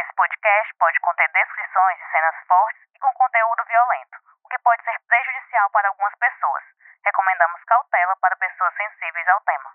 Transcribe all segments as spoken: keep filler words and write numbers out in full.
Esse podcast pode conter descrições de cenas fortes e com conteúdo violento, o que pode ser prejudicial para algumas pessoas. Recomendamos cautela para pessoas sensíveis ao tema.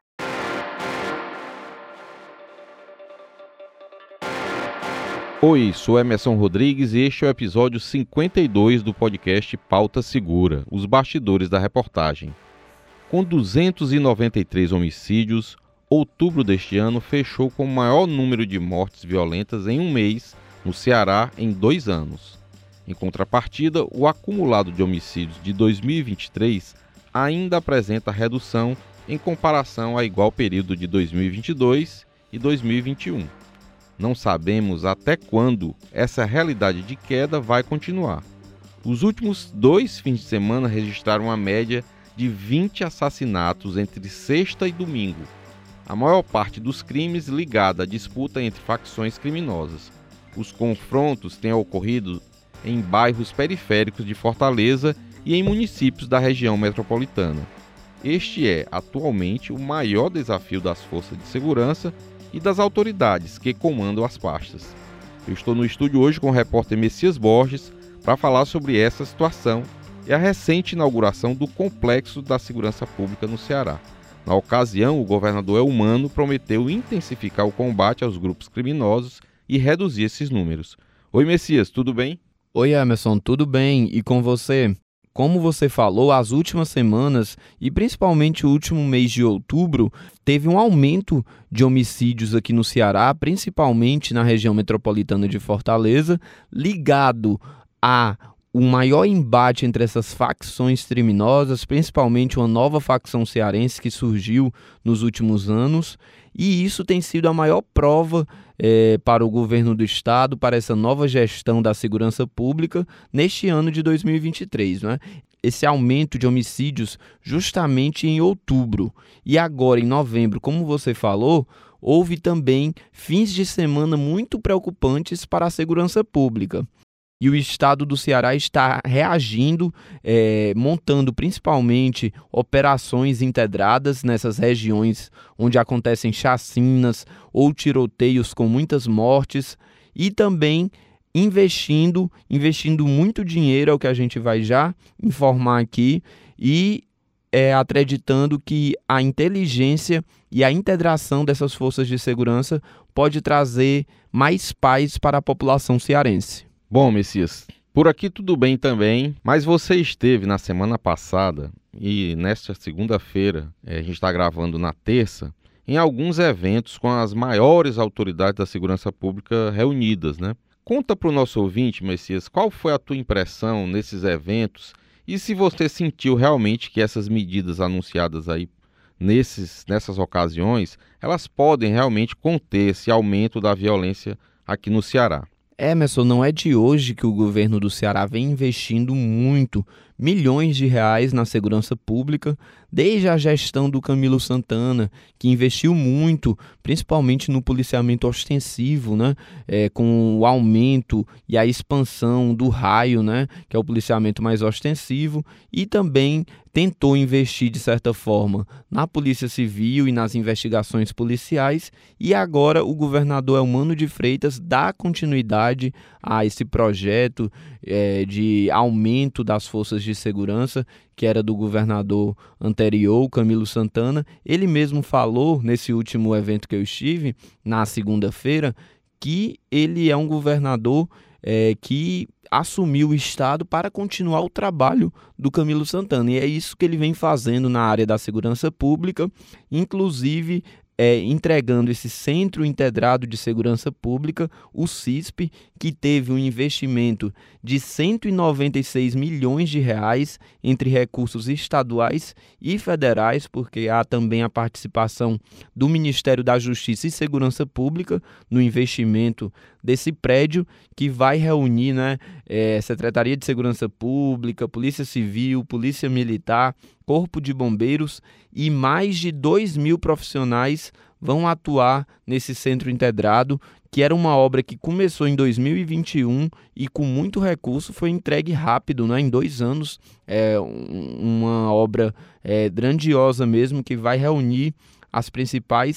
Oi, sou Emerson Rodrigues e este é o episódio cinquenta e dois do podcast Pauta Segura, os bastidores da reportagem. Com duzentos e noventa e três homicídios, outubro deste ano fechou com o maior número de mortes violentas em um mês no Ceará em dois anos. Em contrapartida, o acumulado de homicídios de dois mil e vinte e três ainda apresenta redução em comparação a igual período de dois mil e vinte e dois e dois mil e vinte e um. Não sabemos até quando essa realidade de queda vai continuar. Os últimos dois fins de semana registraram uma média de vinte assassinatos entre sexta e domingo. A maior parte dos crimes ligada à disputa entre facções criminosas. Os confrontos têm ocorrido em bairros periféricos de Fortaleza e em municípios da região metropolitana. Este é, atualmente, o maior desafio das forças de segurança e das autoridades que comandam as pastas. Eu estou no estúdio hoje com o repórter Messias Borges para falar sobre essa situação e a recente inauguração do Complexo da Segurança Pública no Ceará. Na ocasião, o governador Eumano prometeu intensificar o combate aos grupos criminosos e reduzir esses números. Oi, Messias, tudo bem? Oi, Emerson, tudo bem? E com você? Como você falou, as últimas semanas, e principalmente o último mês de outubro, teve um aumento de homicídios aqui no Ceará, principalmente na região metropolitana de Fortaleza, ligado a o maior embate entre essas facções criminosas, principalmente uma nova facção cearense que surgiu nos últimos anos, e isso tem sido a maior prova é, para o governo do estado, para essa nova gestão da segurança pública neste ano de dois mil e vinte e três, né? Esse aumento de homicídios justamente em outubro. E agora, em novembro, como você falou, houve também fins de semana muito preocupantes para a segurança pública. E o estado do Ceará está reagindo, é, montando principalmente operações integradas nessas regiões onde acontecem chacinas ou tiroteios com muitas mortes e também investindo, investindo muito dinheiro, é o que a gente vai já informar aqui, e é, acreditando que a inteligência e a integração dessas forças de segurança pode trazer mais paz para a população cearense. Bom, Messias, por aqui tudo bem também, mas você esteve na semana passada e nesta segunda-feira, a gente está gravando na terça, em alguns eventos com as maiores autoridades da segurança pública reunidas, né? Conta para o nosso ouvinte, Messias, qual foi a tua impressão nesses eventos e se você sentiu realmente que essas medidas anunciadas aí nesses, nessas ocasiões, elas podem realmente conter esse aumento da violência aqui no Ceará. Emerson, não é de hoje que o governo do Ceará vem investindo muito, milhões de reais na segurança pública, desde a gestão do Camilo Santana, que investiu muito, principalmente no policiamento ostensivo, né? É, com o aumento e a expansão do raio, né? Que é o policiamento mais ostensivo, e também tentou investir, de certa forma, na Polícia Civil e nas investigações policiais, e agora o governador Eumano de Freitas dá continuidade a esse projeto é, de aumento das forças de segurança, que era do governador anterior, Camilo Santana. Ele mesmo falou, nesse último evento que eu estive, na segunda-feira, que ele é um governador é, que assumiu o estado para continuar o trabalho do Camilo Santana. E é isso que ele vem fazendo na área da segurança pública, inclusive É, entregando esse Centro Integrado de Segurança Pública, o CISP, que teve um investimento de cento e noventa e seis milhões de reais entre recursos estaduais e federais, porque há também a participação do Ministério da Justiça e Segurança Pública no investimento desse prédio, que vai reunir, né, é, Secretaria de Segurança Pública, Polícia Civil, Polícia Militar, Corpo de Bombeiros, e mais de dois mil profissionais vão atuar nesse centro integrado, que era uma obra que começou em dois mil e vinte e um e com muito recurso foi entregue rápido, né? Em dois anos, é uma obra é, grandiosa mesmo, que vai reunir as principais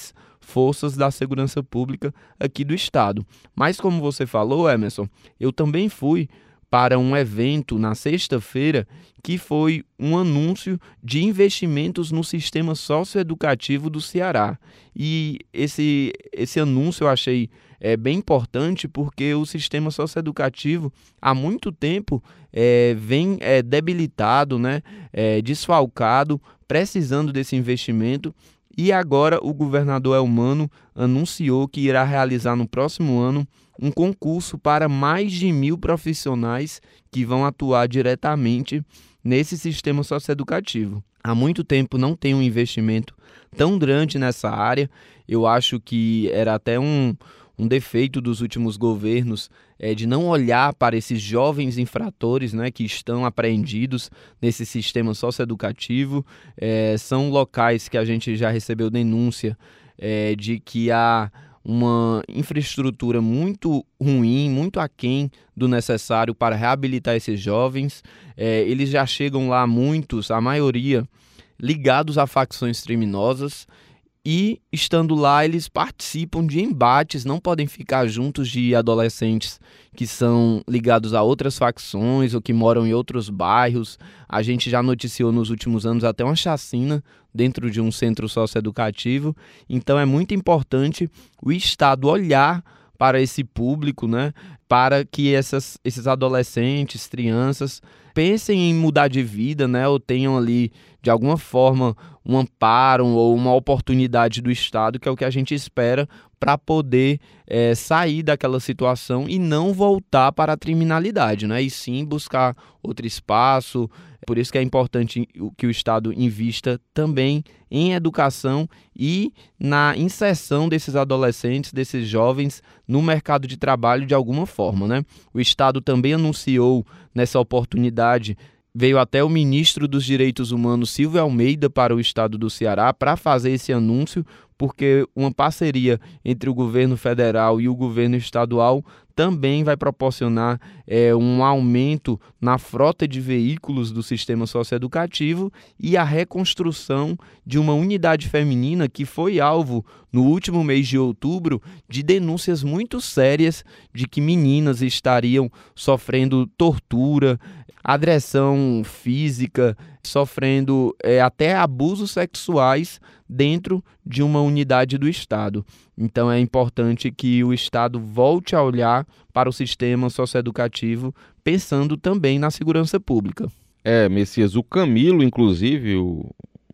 forças da segurança pública aqui do estado. Mas como você falou, Emerson, eu também fui para um evento na sexta-feira que foi um anúncio de investimentos no sistema socioeducativo do Ceará. E esse, esse anúncio eu achei é, bem importante porque o sistema socioeducativo há muito tempo é, vem é, debilitado, né, é, desfalcado, precisando desse investimento. E agora o governador Elmano anunciou que irá realizar no próximo ano um concurso para mais de mil profissionais que vão atuar diretamente nesse sistema socioeducativo. Há muito tempo não tem um investimento tão grande nessa área. Eu acho que era até um, um defeito dos últimos governos é, de não olhar para esses jovens infratores, né, que estão apreendidos nesse sistema socioeducativo. É, são locais que a gente já recebeu denúncia é, de que há uma infraestrutura muito ruim, muito aquém do necessário para reabilitar esses jovens. É, eles já chegam lá, muitos, a maioria, ligados a facções criminosas, e, estando lá, eles participam de embates, não podem ficar juntos de adolescentes que são ligados a outras facções ou que moram em outros bairros. A gente já noticiou nos últimos anos até uma chacina dentro de um centro socioeducativo. Então é muito importante o Estado olhar para esse público, né, para que essas, esses adolescentes, crianças, pensem em mudar de vida, né, ou tenham ali, de alguma forma, um amparo ou uma oportunidade do Estado, que é o que a gente espera para poder é, sair daquela situação e não voltar para a criminalidade, né, e sim buscar outro espaço. Por isso que é importante que o Estado invista também em educação e na inserção desses adolescentes, desses jovens no mercado de trabalho de alguma forma, né? O Estado também anunciou nessa oportunidade, veio até o ministro dos Direitos Humanos, Silvio Almeida, para o estado do Ceará para fazer esse anúncio, porque uma parceria entre o governo federal e o governo estadual também vai proporcionar é, um aumento na frota de veículos do sistema socioeducativo e a reconstrução de uma unidade feminina que foi alvo, no último mês de outubro, de denúncias muito sérias de que meninas estariam sofrendo tortura, agressão física, sofrendo é, até abusos sexuais dentro de uma unidade do Estado. Então é importante que o Estado volte a olhar para o sistema socioeducativo, pensando também na segurança pública. É, Messias, o Camilo, inclusive, o,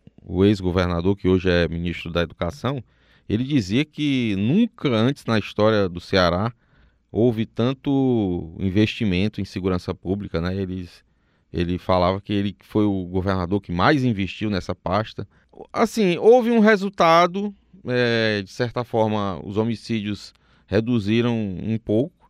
o ex-governador, que hoje é ministro da Educação, ele dizia que nunca antes na história do Ceará houve tanto investimento em segurança pública, né? Eles, ele falava que ele foi o governador que mais investiu nessa pasta. Assim, houve um resultado, é, de certa forma, os homicídios reduziram um pouco,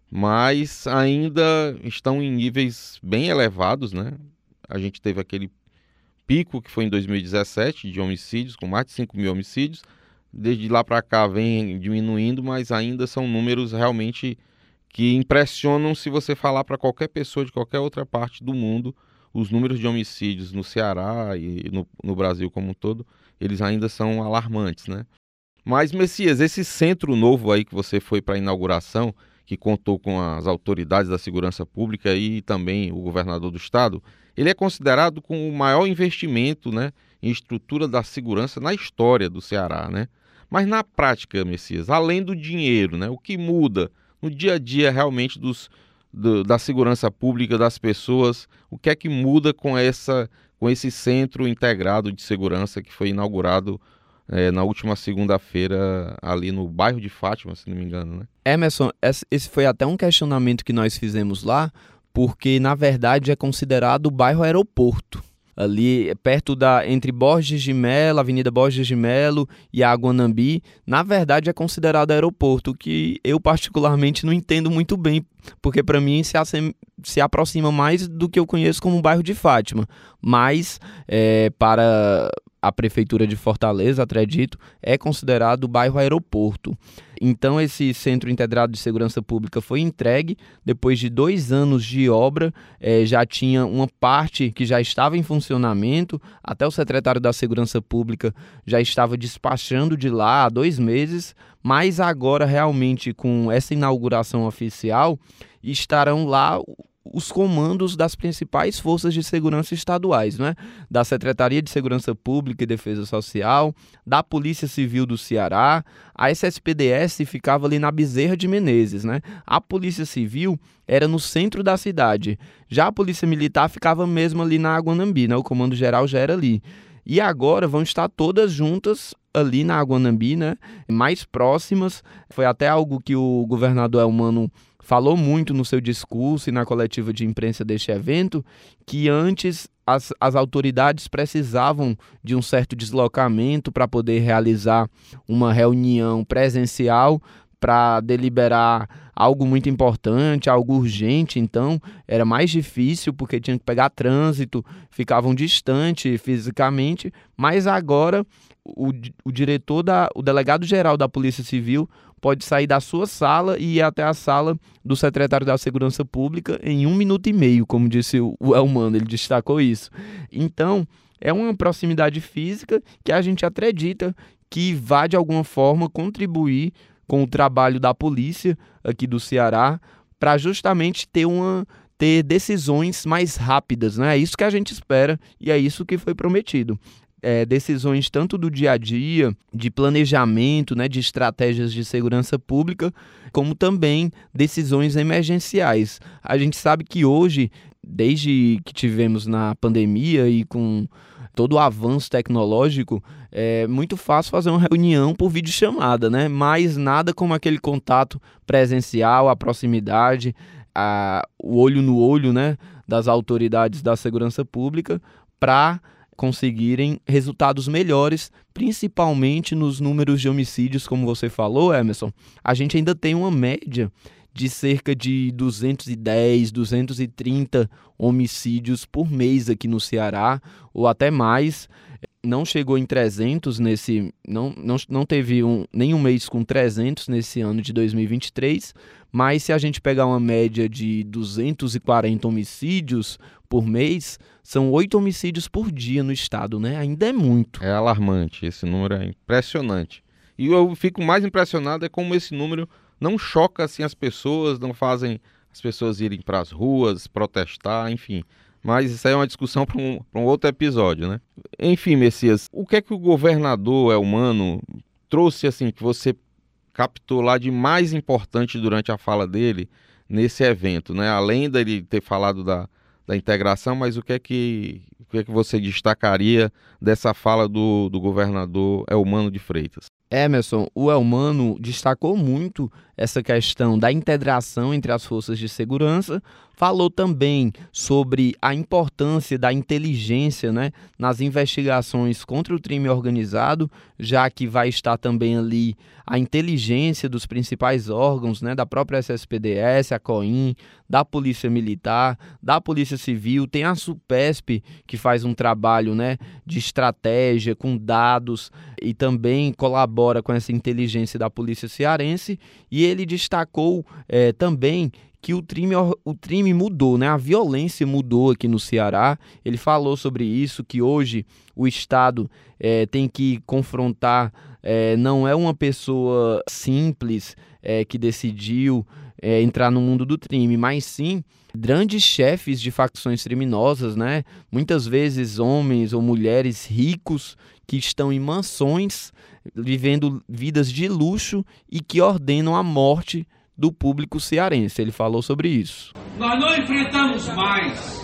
mas ainda estão em níveis bem elevados, né? A gente teve aquele pico que foi em dois mil e dezessete de homicídios, com mais de cinco mil homicídios. Desde lá para cá vem diminuindo, mas ainda são números realmente que impressionam se você falar para qualquer pessoa de qualquer outra parte do mundo. Os números de homicídios no Ceará e no, no Brasil como um todo, eles ainda são alarmantes, né? Mas, Messias, esse centro novo aí que você foi para a inauguração, que contou com as autoridades da segurança pública e também o governador do estado, ele é considerado como o maior investimento, né, em estrutura da segurança na história do Ceará, né? Mas na prática, Messias, além do dinheiro, né, o que muda no dia a dia realmente dos, do, da segurança pública das pessoas, o que é que muda com, essa, com esse centro integrado de segurança que foi inaugurado é, na última segunda-feira ali no bairro de Fátima, se não me engano, né? Emerson, esse foi até um questionamento que nós fizemos lá, porque na verdade é considerado o bairro aeroporto. Ali perto da, entre Borges de Melo, Avenida Borges de Melo e a Aguanambi, na verdade é considerado aeroporto, que eu particularmente não entendo muito bem, porque para mim se, assim, se aproxima mais do que eu conheço como bairro de Fátima, mas é, para a Prefeitura de Fortaleza, acredito, é considerado o bairro aeroporto. Então esse Centro Integrado de Segurança Pública foi entregue, depois de dois anos de obra, eh, já tinha uma parte que já estava em funcionamento, até o secretário da Segurança Pública já estava despachando de lá há dois meses, mas agora realmente com essa inauguração oficial estarão lá os comandos das principais forças de segurança estaduais, né? Da Secretaria de Segurança Pública e Defesa Social, da Polícia Civil do Ceará. A S S P D S ficava ali na Bezerra de Menezes, né? A Polícia Civil era no centro da cidade. Já a Polícia Militar ficava mesmo ali na Aguanambi, né? O comando geral já era ali. E agora vão estar todas juntas ali na Aguanambi, né? Mais próximas. Foi até algo que o governador Elmano falou muito no seu discurso e na coletiva de imprensa deste evento, que antes as, as autoridades precisavam de um certo deslocamento para poder realizar uma reunião presencial para deliberar algo muito importante, algo urgente. Então era mais difícil porque tinha que pegar trânsito, ficavam distantes fisicamente, mas agora o, o diretor, da, o delegado-geral da Polícia Civil pode sair da sua sala e ir até a sala do secretário da Segurança Pública em um minuto e meio, como disse o Elmano, ele destacou isso. Então, é uma proximidade física que a gente acredita que vai, de alguma forma, contribuir com o trabalho da polícia aqui do Ceará para justamente ter, uma, ter decisões mais rápidas, né? É isso que a gente espera e é isso que foi prometido. É, decisões tanto do dia a dia, de planejamento, né, de estratégias de segurança pública, como também decisões emergenciais. A gente sabe que hoje, desde que tivemos na pandemia e com todo o avanço tecnológico, é muito fácil fazer uma reunião por videochamada, né? Mas nada como aquele contato presencial, a proximidade, a, o olho no olho, né, das autoridades da segurança pública para conseguirem resultados melhores, principalmente nos números de homicídios, como você falou, Emerson. A gente ainda tem uma média de cerca de duzentos e dez, duzentos e trinta homicídios por mês aqui no Ceará, ou até mais. Não chegou em trezentos nesse, não, não, não teve um, nenhum mês com trezentos nesse ano de dois mil e vinte e três, mas se a gente pegar uma média de duzentos e quarenta homicídios por mês, são oito homicídios por dia no estado, né? Ainda é muito. É alarmante, esse número é impressionante. E eu fico mais impressionado é como esse número não choca assim as pessoas, não fazem as pessoas irem para as ruas, protestar, enfim. Mas isso aí é uma discussão para um, para um outro episódio, né? Enfim, Messias, o que é que o governador Elmano trouxe, assim, que você captou lá de mais importante durante a fala dele nesse evento, né? Além dele ter falado da, da integração, mas o que é que, o que é que você destacaria dessa fala do, do governador Elmano de Freitas? Emerson, o Elmano destacou muito essa questão da integração entre as forças de segurança, falou também sobre a importância da inteligência, né, nas investigações contra o crime organizado, já que vai estar também ali a inteligência dos principais órgãos, né, da própria S S P D S, a COIN, da Polícia Militar, da Polícia Civil, tem a SUPESP, que faz um trabalho, né, de estratégia com dados e também colabora com essa inteligência da Polícia Cearense, e ele destacou é, também que o crime, o crime mudou, né? A violência mudou aqui no Ceará. Ele falou sobre isso, que hoje o Estado é, tem que confrontar, é, não é uma pessoa simples é, que decidiu é, entrar no mundo do crime, mas sim grandes chefes de facções criminosas, né? Muitas vezes homens ou mulheres ricos que estão em mansões, vivendo vidas de luxo e que ordenam a morte do público cearense. Ele falou sobre isso. Nós não enfrentamos mais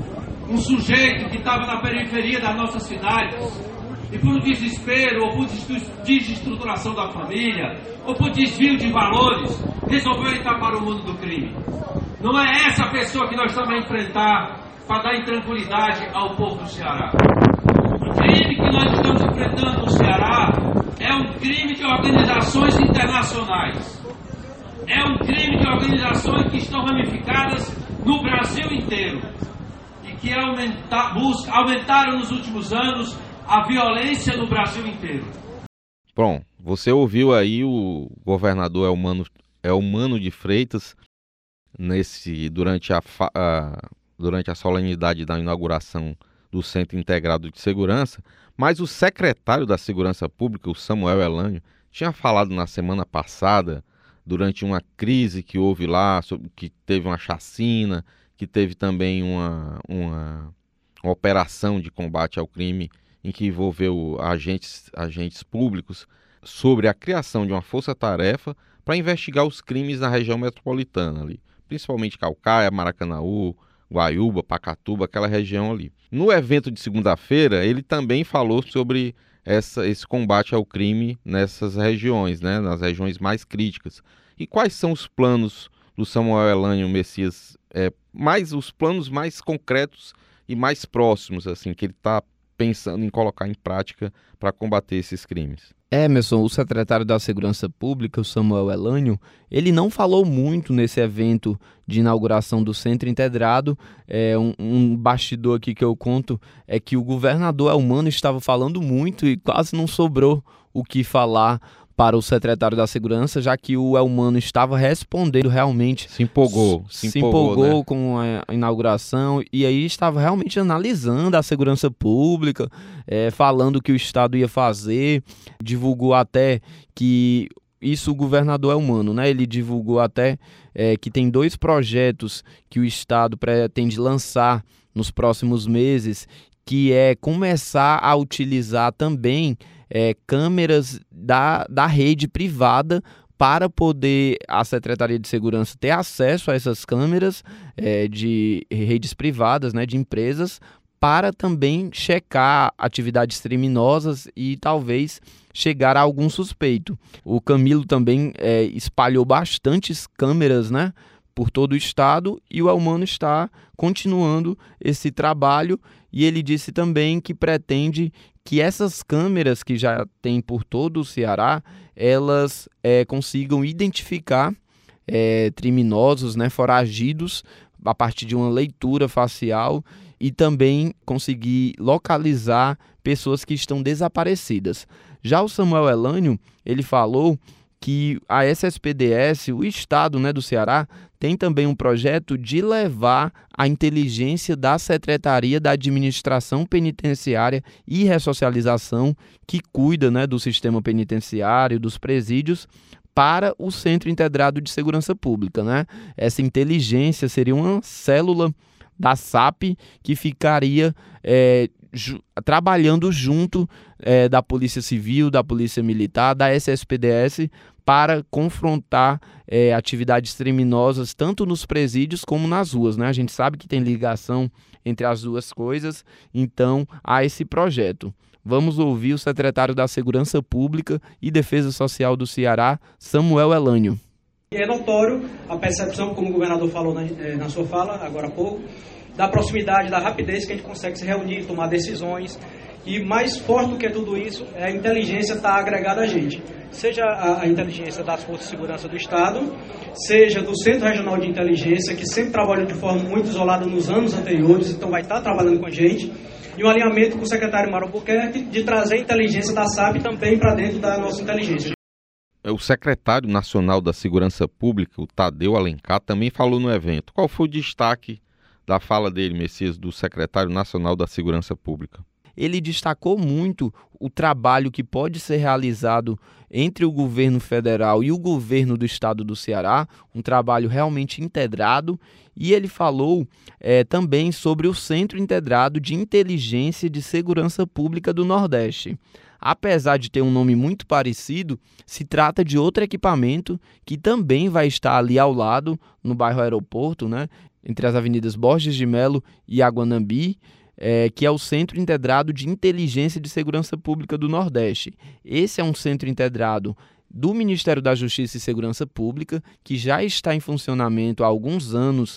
um sujeito que estava na periferia das nossas cidades e por desespero ou por desestruturação da família ou por desvio de valores resolveu entrar para o mundo do crime. Não é essa pessoa que nós estamos a enfrentar para dar intranquilidade ao povo do Ceará. O crime que nós estamos enfrentando no Ceará é um crime de organizações internacionais. É um crime de organizações que estão ramificadas no Brasil inteiro e que aumenta, busca, aumentaram nos últimos anos a violência no Brasil inteiro. Bom, você ouviu aí o governador Elmano, Elmano de Freitas nesse, durante, a, a, durante a solenidade da inauguração do Centro Integrado de Segurança, mas o secretário da Segurança Pública, o Samuel Elânio, tinha falado na semana passada, durante uma crise que houve lá, que teve uma chacina, que teve também uma, uma, uma operação de combate ao crime em que envolveu agentes, agentes públicos, sobre a criação de uma força-tarefa para investigar os crimes na região metropolitana ali, principalmente Caucaia, Maracanaú, Guaiúba, Pacatuba, aquela região ali. No evento de segunda-feira, ele também falou sobre essa, esse combate ao crime nessas regiões, né, nas regiões mais críticas. E quais são os planos do Samuel Elânio Messias, é, mais, os planos mais concretos e mais próximos, assim, que ele está pensando em colocar em prática para combater esses crimes? Emerson, o secretário da Segurança Pública, o Samuel Elânio, ele não falou muito nesse evento de inauguração do Centro Integrado. É, um, um bastidor aqui que eu conto é que o governador Elmano estava falando muito e quase não sobrou o que falar para o secretário da Segurança, já que o Elmano estava respondendo realmente. Se empolgou. Se, se empolgou, empolgou né? com a inauguração e aí estava realmente analisando a segurança pública, é, falando o que o Estado ia fazer, divulgou até que isso o governador Elmano, né? Ele divulgou até é, que tem dois projetos que o Estado pretende lançar nos próximos meses, que é começar a utilizar também É, câmeras da, da rede privada para poder a Secretaria de Segurança ter acesso a essas câmeras é, de redes privadas, né, de empresas, para também checar atividades criminosas e talvez chegar a algum suspeito. O Camilo também é, espalhou bastantes câmeras, né, por todo o estado, e o Elmano está continuando esse trabalho, e ele disse também que pretende que essas câmeras que já tem por todo o Ceará, elas é, consigam identificar é, criminosos, né, foragidos, a partir de uma leitura facial, e também conseguir localizar pessoas que estão desaparecidas. Já o Samuel Elânio, ele falou que a S S P D S, o estado, né, do Ceará, tem também um projeto de levar a inteligência da Secretaria da Administração Penitenciária e Ressocialização, que cuida, né, do sistema penitenciário, dos presídios, para o Centro Integrado de Segurança Pública, né? Essa inteligência seria uma célula da S A P que ficaria é, ju- trabalhando junto é, da Polícia Civil, da Polícia Militar, da S S P D S, para confrontar é, atividades criminosas tanto nos presídios como nas ruas, né? A gente sabe que tem ligação entre as duas coisas, então há esse projeto. Vamos ouvir o secretário da Segurança Pública e Defesa Social do Ceará, Samuel Elânio. É notório a percepção, como o governador falou na, na sua fala, agora há pouco, da proximidade, da rapidez que a gente consegue se reunir, tomar decisões. E mais forte do que tudo isso, é a inteligência estar agregada a gente. Seja a, a inteligência das Forças de Segurança do Estado, seja do Centro Regional de Inteligência, que sempre trabalhou de forma muito isolada nos anos anteriores, então vai estar trabalhando com a gente. E um alinhamento com o secretário Mário Albuquerque de trazer a inteligência da S A P também para dentro da nossa inteligência. O secretário nacional da Segurança Pública, o Tadeu Alencar, também falou no evento. Qual foi o destaque da fala dele, Messias, do secretário nacional da Segurança Pública? Ele destacou muito o trabalho que pode ser realizado entre o governo federal e o governo do estado do Ceará, um trabalho realmente integrado, e ele falou é, também sobre o Centro Integrado de Inteligência de Segurança Pública do Nordeste. Apesar de ter um nome muito parecido, se trata de outro equipamento que também vai estar ali ao lado, no bairro Aeroporto, né, entre as avenidas Borges de Melo e Aguanambi, É, que é o Centro Integrado de Inteligência de Segurança Pública do Nordeste. Esse é um centro integrado do Ministério da Justiça e Segurança Pública, que já está em funcionamento há alguns anos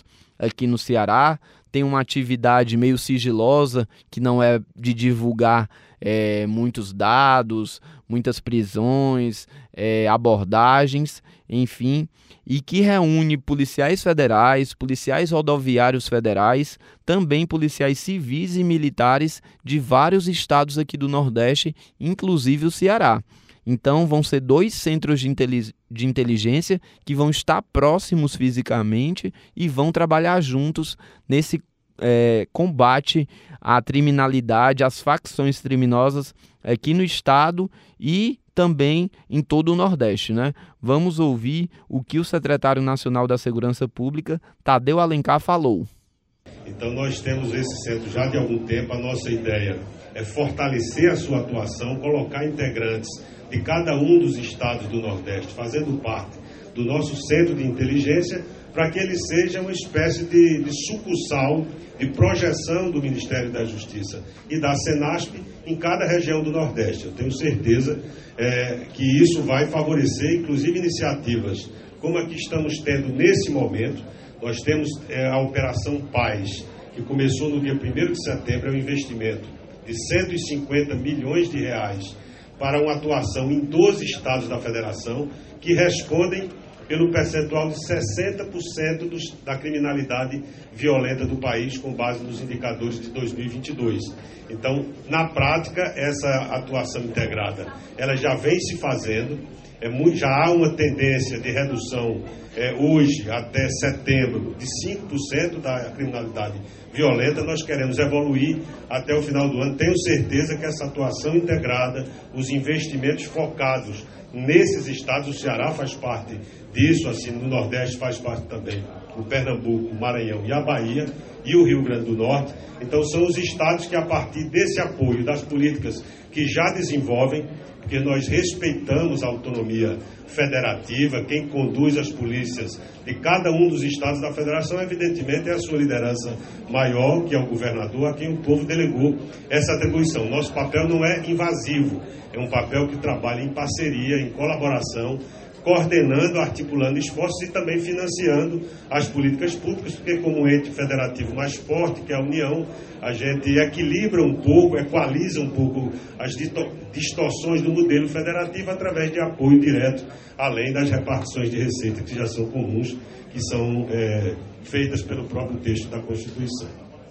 aqui no Ceará. Tem uma atividade meio sigilosa, que não é de divulgar é, muitos dados, muitas prisões, é, abordagens, enfim, e que reúne policiais federais, policiais rodoviários federais, também policiais civis e militares de vários estados aqui do Nordeste, inclusive o Ceará. Então, vão ser dois centros de, intelig- de inteligência que vão estar próximos fisicamente e vão trabalhar juntos nesse é, combate à criminalidade, às facções criminosas aqui no estado e também em todo o Nordeste, né? Vamos ouvir o que o secretário nacional da Segurança Pública, Tadeu Alencar, falou. Então, nós temos esse centro já de algum tempo. A nossa ideia é fortalecer a sua atuação, colocar integrantes de cada um dos estados do Nordeste, fazendo parte do nosso centro de inteligência, para que ele seja uma espécie de, de sucursal, de projeção do Ministério da Justiça e da Senasp em cada região do Nordeste. Eu tenho certeza é, que isso vai favorecer, inclusive, iniciativas como a que estamos tendo nesse momento. Nós temos é, a Operação Paz, que começou no dia primeiro de setembro, é um investimento de cento e cinquenta milhões de reais para uma atuação em doze estados da federação, que respondem pelo percentual de sessenta por cento dos, da criminalidade violenta do país, com base nos indicadores de dois mil e vinte e dois. Então, na prática, essa atuação integrada, ela já vem se fazendo, é muito, já há uma tendência de redução, é, hoje, até setembro, de cinco por cento da criminalidade violenta. Nós queremos evoluir até o final do ano. Tenho certeza que essa atuação integrada, os investimentos focados nesses estados, o Ceará faz parte disso, assim, no Nordeste faz parte também o Pernambuco, o Maranhão e a Bahia e o Rio Grande do Norte. Então, são os estados que, a partir desse apoio, das políticas que já desenvolvem, porque nós respeitamos a autonomia federativa, quem conduz as polícias de cada um dos estados da federação, evidentemente, é a sua liderança maior, que é o governador, a quem o povo delegou essa atribuição. Nosso papel não é invasivo, é um papel que trabalha em parceria, em colaboração, coordenando, articulando esforços e também financiando as políticas públicas, porque como ente federativo mais forte, que é a União, a gente equilibra um pouco, equaliza um pouco as distorções do modelo federativo através de apoio direto, além das repartições de receita que já são comuns, que são é, feitas pelo próprio texto da Constituição.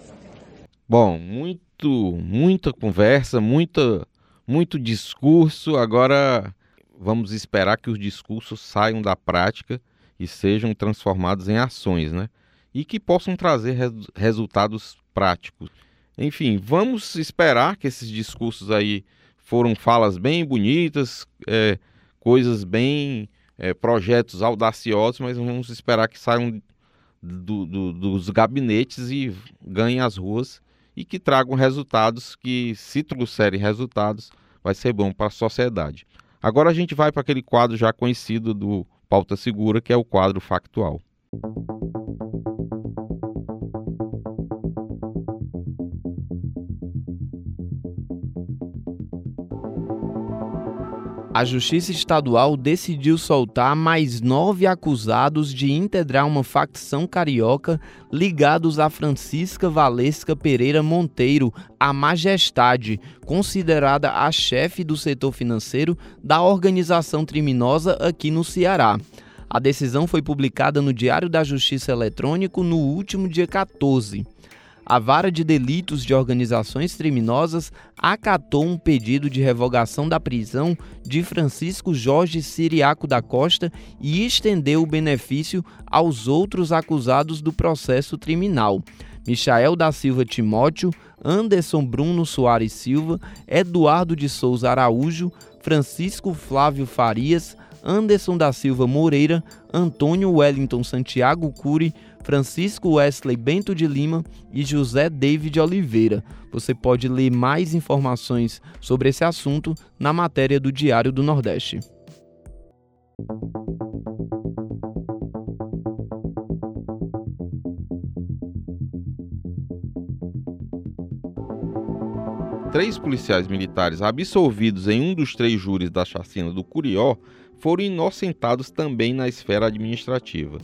Bom, muito, muita conversa, muita, muito discurso. Agora vamos esperar que os discursos saiam da prática e sejam transformados em ações, né? E que possam trazer res- resultados práticos. Enfim, vamos esperar que esses discursos aí foram falas bem bonitas, é, coisas bem, é, projetos audaciosos, mas vamos esperar que saiam do, do, dos gabinetes e ganhem as ruas e que tragam resultados que, se trouxerem resultados, vai ser bom para a sociedade. Agora a gente vai para aquele quadro já conhecido do Pauta Segura, que é o quadro factual. A Justiça Estadual decidiu soltar mais nove acusados de integrar uma facção carioca ligados a Francisca Valesca Pereira Monteiro, a Majestade, considerada a chefe do setor financeiro da organização criminosa aqui no Ceará. A decisão foi publicada no Diário da Justiça Eletrônico no último dia quatorze. A Vara de Delitos de Organizações Criminosas acatou um pedido de revogação da prisão de Francisco Jorge Ciriaco da Costa e estendeu o benefício aos outros acusados do processo criminal: Michael da Silva Timóteo, Anderson Bruno Soares Silva, Eduardo de Souza Araújo, Francisco Flávio Farias, Anderson da Silva Moreira, Antônio Wellington Santiago Cury, Francisco Wesley Bento de Lima e José David Oliveira. Você pode ler mais informações sobre esse assunto na matéria do Diário do Nordeste. Três policiais militares absolvidos em um dos três júris da chacina do Curió foram inocentados também na esfera administrativa.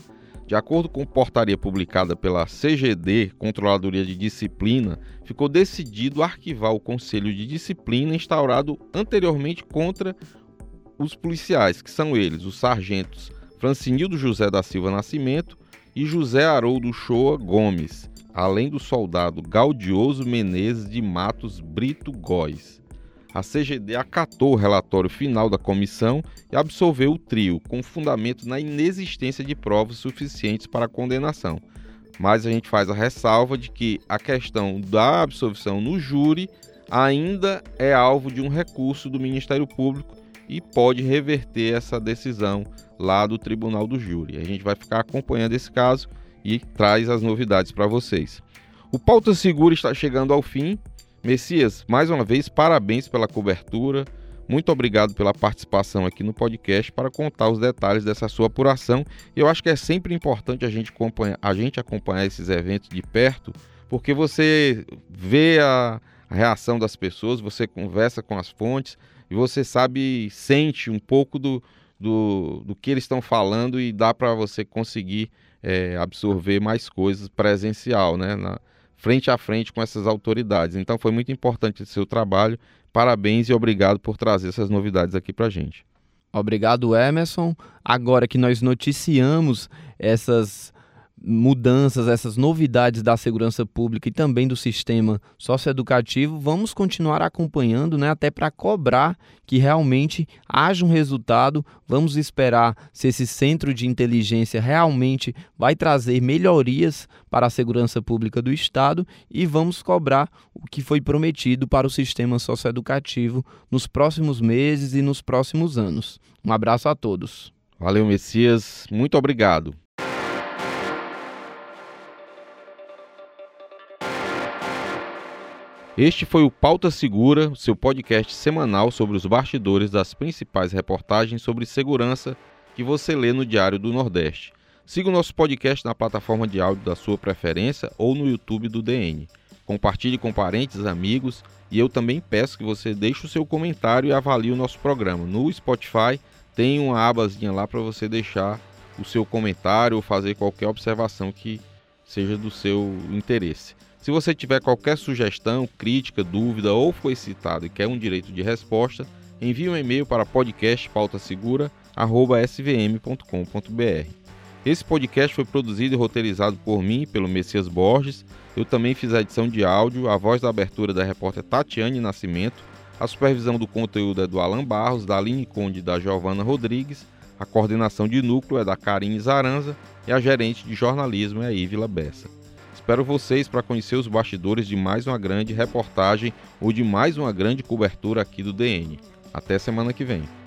De acordo com portaria publicada pela C G D, Controladoria de Disciplina, ficou decidido arquivar o Conselho de Disciplina instaurado anteriormente contra os policiais, que são eles, os sargentos Francinildo José da Silva Nascimento e José Haroldo Shoa Gomes, além do soldado Gaudioso Menezes de Matos Brito Góes. A C G D acatou o relatório final da comissão e absolveu o trio, com fundamento na inexistência de provas suficientes para a condenação. Mas a gente faz a ressalva de que a questão da absolvição no júri ainda é alvo de um recurso do Ministério Público e pode reverter essa decisão lá do Tribunal do Júri. A gente vai ficar acompanhando esse caso e traz as novidades para vocês. O Pauta Segura está chegando ao fim. Messias, mais uma vez, parabéns pela cobertura. Muito obrigado pela participação aqui no podcast para contar os detalhes dessa sua apuração. Eu acho que é sempre importante a gente acompanhar, a gente acompanhar esses eventos de perto, porque você vê a, a reação das pessoas, você conversa com as fontes e você sabe, sente um pouco do, do, do que eles estão falando e dá para você conseguir é, absorver mais coisas presencial, né? Na, frente a frente com essas autoridades. Então foi muito importante o seu trabalho. Parabéns e obrigado por trazer essas novidades aqui para a gente. Obrigado, Emerson. Agora que nós noticiamos essas mudanças, essas novidades da segurança pública e também do sistema socioeducativo, vamos continuar acompanhando, né, até para cobrar que realmente haja um resultado. Vamos esperar se esse centro de inteligência realmente vai trazer melhorias para a segurança pública do Estado e vamos cobrar o que foi prometido para o sistema socioeducativo nos próximos meses e nos próximos anos. Um abraço a todos. Valeu, Messias. Muito obrigado. Este foi o Pauta Segura, seu podcast semanal sobre os bastidores das principais reportagens sobre segurança que você lê no Diário do Nordeste. Siga o nosso podcast na plataforma de áudio da sua preferência ou no YouTube do D N. Compartilhe com parentes, amigos e eu também peço que você deixe o seu comentário e avalie o nosso programa. No Spotify tem uma abazinha lá para você deixar o seu comentário ou fazer qualquer observação que seja do seu interesse. Se você tiver qualquer sugestão, crítica, dúvida ou foi citado e quer um direito de resposta, envie um e-mail para podcast pauta segura arroba s v m ponto com ponto b r. Esse podcast foi produzido e roteirizado por mim, pelo Messias Borges. Eu também fiz a edição de áudio, a voz da abertura da repórter Tatiane Nascimento, a supervisão do conteúdo é do Alan Barros, da Aline Conde e da Giovana Rodrigues, a coordenação de núcleo é da Karine Zaranza e a gerente de jornalismo é a Ívila Bessa. Espero vocês para conhecer os bastidores de mais uma grande reportagem ou de mais uma grande cobertura aqui do D N. Até semana que vem.